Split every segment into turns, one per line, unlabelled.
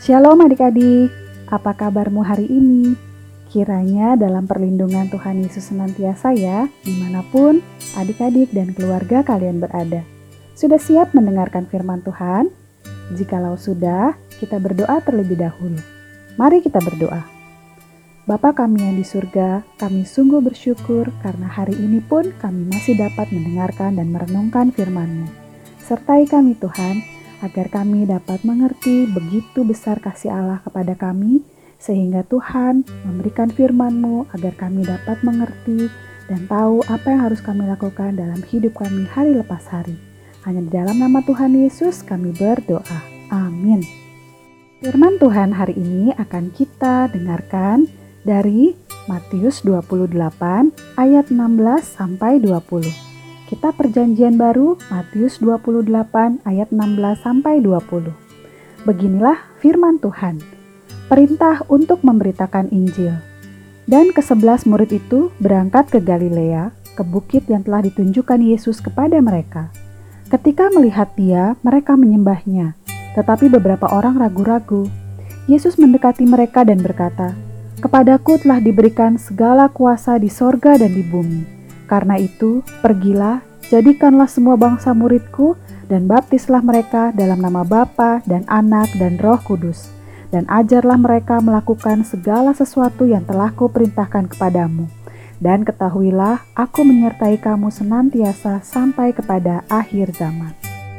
Shalom adik-adik, apa kabarmu hari ini? Kiranya dalam perlindungan Tuhan Yesus senantiasa ya, dimanapun adik-adik dan keluarga kalian berada. Sudah siap mendengarkan firman Tuhan? Jikalau sudah, kita berdoa terlebih dahulu. Mari kita berdoa. Bapa kami yang di surga, kami sungguh bersyukur karena hari ini pun kami masih dapat mendengarkan dan merenungkan firman-Mu. Sertai kami Tuhan, agar kami dapat mengerti begitu besar kasih Allah kepada kami, sehingga Tuhan memberikan firman-Mu agar kami dapat mengerti dan tahu apa yang harus kami lakukan dalam hidup kami hari lepas hari. Hanya di dalam nama Tuhan Yesus kami berdoa. Amin. Firman Tuhan hari ini akan kita dengarkan dari Matius 28 ayat 16 sampai 20. Kitab Perjanjian Baru, Matius 28 ayat 16 sampai 20. Beginilah firman Tuhan. Perintah untuk memberitakan Injil. Dan ke-11 murid itu berangkat ke Galilea, ke bukit yang telah ditunjukkan Yesus kepada mereka. Ketika melihat Dia, mereka menyembahnya, tetapi beberapa orang ragu-ragu. Yesus mendekati mereka dan berkata, "Kepadaku telah diberikan segala kuasa di sorga dan di bumi. Karena itu, pergilah, jadikanlah semua bangsa muridku, dan baptislah mereka dalam nama Bapa dan Anak dan Roh Kudus. Dan ajarlah mereka melakukan segala sesuatu yang telah kuperintahkan kepadamu. Dan ketahuilah, aku menyertai kamu senantiasa sampai kepada akhir zaman."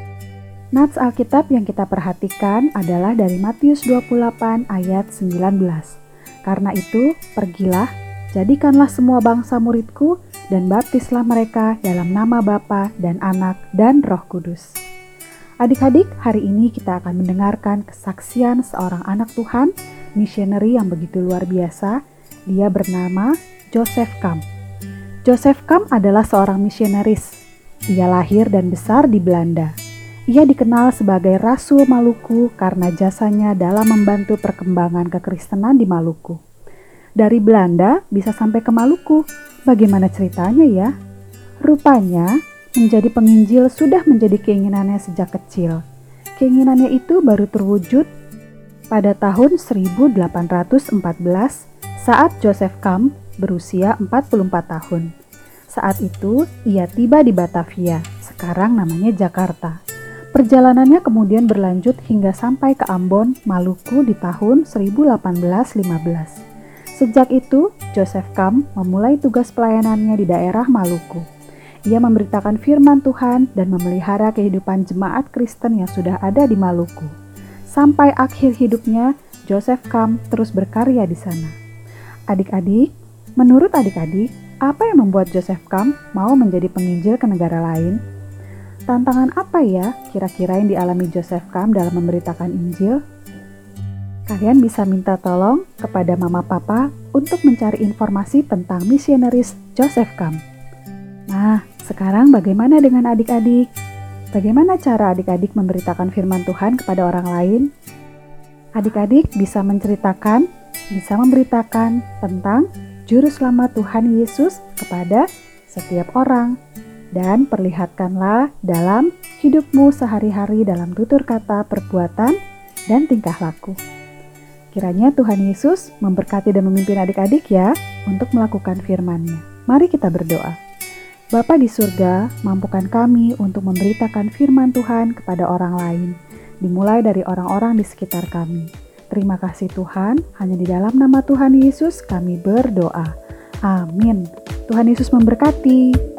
Nats Alkitab yang kita perhatikan adalah dari Matius 28 ayat 19. Karena itu, pergilah, jadikanlah semua bangsa muridku, dan baptislah mereka dalam nama Bapa dan Anak dan Roh Kudus. Adik-adik, hari ini kita akan mendengarkan kesaksian seorang anak Tuhan, misioneri yang begitu luar biasa. Dia bernama Joseph Camp. Joseph Camp adalah seorang misionaris. Ia lahir dan besar di Belanda. Ia dikenal sebagai Rasul Maluku karena jasanya dalam membantu perkembangan kekristenan di Maluku. Dari Belanda bisa sampai ke Maluku. Bagaimana ceritanya ya? Rupanya, menjadi penginjil sudah menjadi keinginannya sejak kecil. Keinginannya itu baru terwujud pada tahun 1814 saat Joseph Camp berusia 44 tahun. Saat itu, ia tiba di Batavia, sekarang namanya Jakarta. Perjalanannya kemudian berlanjut hingga sampai ke Ambon, Maluku di tahun 1815. Sejak itu, Joseph Camp memulai tugas pelayanannya di daerah Maluku. Ia memberitakan firman Tuhan dan memelihara kehidupan jemaat Kristen yang sudah ada di Maluku. Sampai akhir hidupnya, Joseph Camp terus berkarya di sana. Adik-adik, menurut adik-adik, apa yang membuat Joseph Camp mau menjadi penginjil ke negara lain? Tantangan apa ya kira-kira yang dialami Joseph Camp dalam memberitakan Injil? Kalian bisa minta tolong kepada mama papa untuk mencari informasi tentang misionaris Joseph Camp. Nah, sekarang bagaimana dengan adik-adik? Bagaimana cara adik-adik memberitakan firman Tuhan kepada orang lain? Adik-adik bisa memberitakan tentang Juru Selamat Tuhan Yesus kepada setiap orang. Dan perlihatkanlah dalam hidupmu sehari-hari dalam tutur kata, perbuatan, dan tingkah laku. Kiranya Tuhan Yesus memberkati dan memimpin adik-adik ya untuk melakukan firman-Nya. Mari kita berdoa. Bapa di surga, mampukan kami untuk memberitakan firman Tuhan kepada orang lain, dimulai dari orang-orang di sekitar kami. Terima kasih Tuhan, hanya di dalam nama Tuhan Yesus kami berdoa. Amin. Tuhan Yesus memberkati.